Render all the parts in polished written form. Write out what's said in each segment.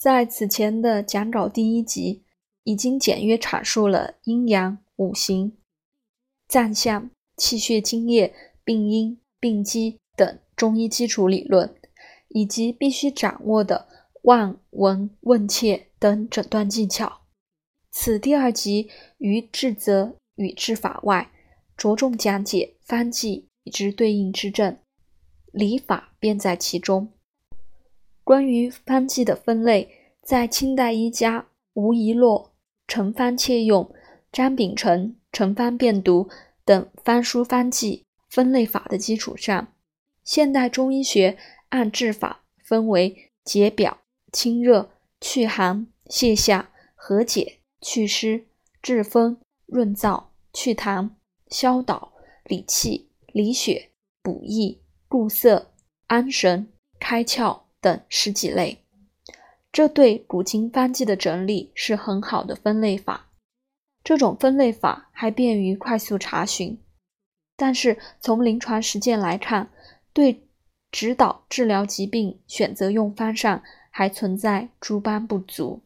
在此前的讲稿第1集已经简约阐述了阴阳、五行、脏象、气血津液、病因、病机等中医基础理论，以及必须掌握的望、闻、问切等诊断技巧。此第2集于治则与治法外，着重讲解方剂与之对应之症，理法便在其中。关于方剂的分类，在清代医家吴仪洛、陈方切用、张秉成、陈方辨读等方书方剂分类法的基础上，现代中医学按治法分为解表、清热、祛寒、泻下、和解、祛湿、治风、润燥、祛痰、消导、理气、理血、补益、固涩、安神、开窍等10几类。这对古今方剂的整理是很好的分类法。这种分类法还便于快速查询，但是从临床实践来看，对指导治疗疾病选择用方上还存在诸般不足。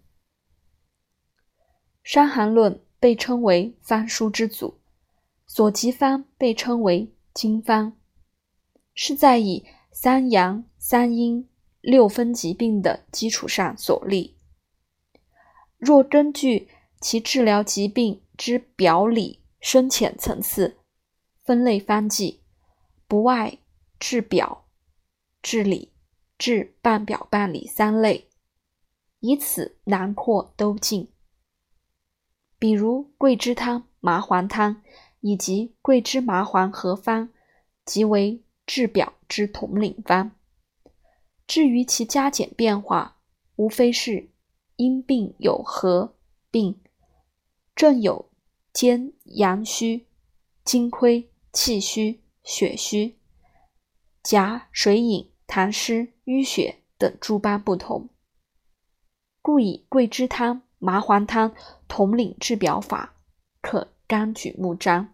伤寒论被称为方书之祖，所及方被称为经方，是在以3阳、3阴、6分疾病的基础上所立。若根据其治疗疾病之表里深浅层次分类方剂，不外治表、治里、治半表半里3类，以此囊括都尽。比如桂枝汤、麻黄汤以及桂枝麻黄合方，即为治表之统领方。至于其加减变化，无非是因病有合病，症有兼阳虚、精亏、气虚、血虚、夹水饮、痰湿、淤血等诸般不同，故以桂枝汤、麻黄汤统领治表法，可纲举目张。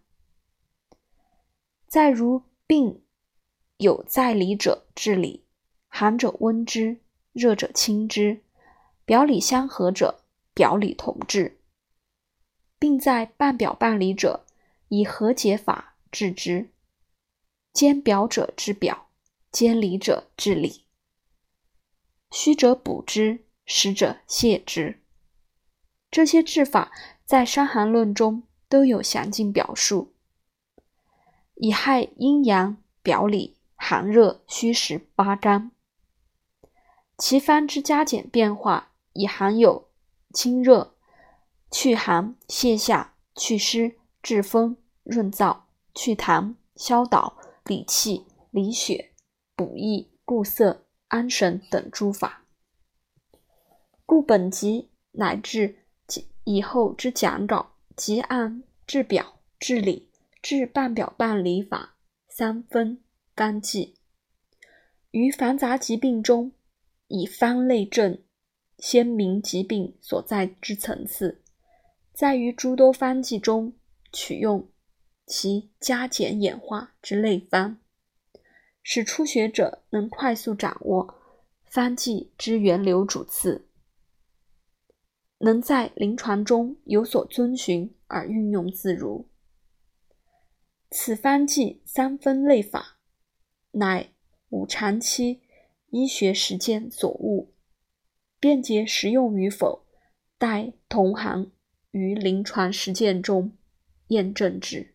再如病有在里者治理，寒者温之，热者清之，表里相合者表里同治。病在半表半里者，以和解法治之，兼表者治表，兼里者治里，虚者补之，实者泻之。这些治法在《伤寒论》中都有详尽表述。以害阴阳、表里、寒热、虚实8纲。其方之加减变化已含有清热、祛寒、泻下、祛湿、治风、润燥、祛痰、消导、理气、理血、补益、固涩、安神等诸法。故本集乃至以后之讲稿，即按治表、治里、治半表半里法3分方剂。于繁杂疾病中，以方类症鲜明疾病所在之层次，在于诸多方剂中取用其加减演化之类方，使初学者能快速掌握方剂之源流主次，能在临床中有所遵循而运用自如。此方剂3分类法，乃吾长期医学实践所悟，便捷实用与否，待同行于临床实践中验证之。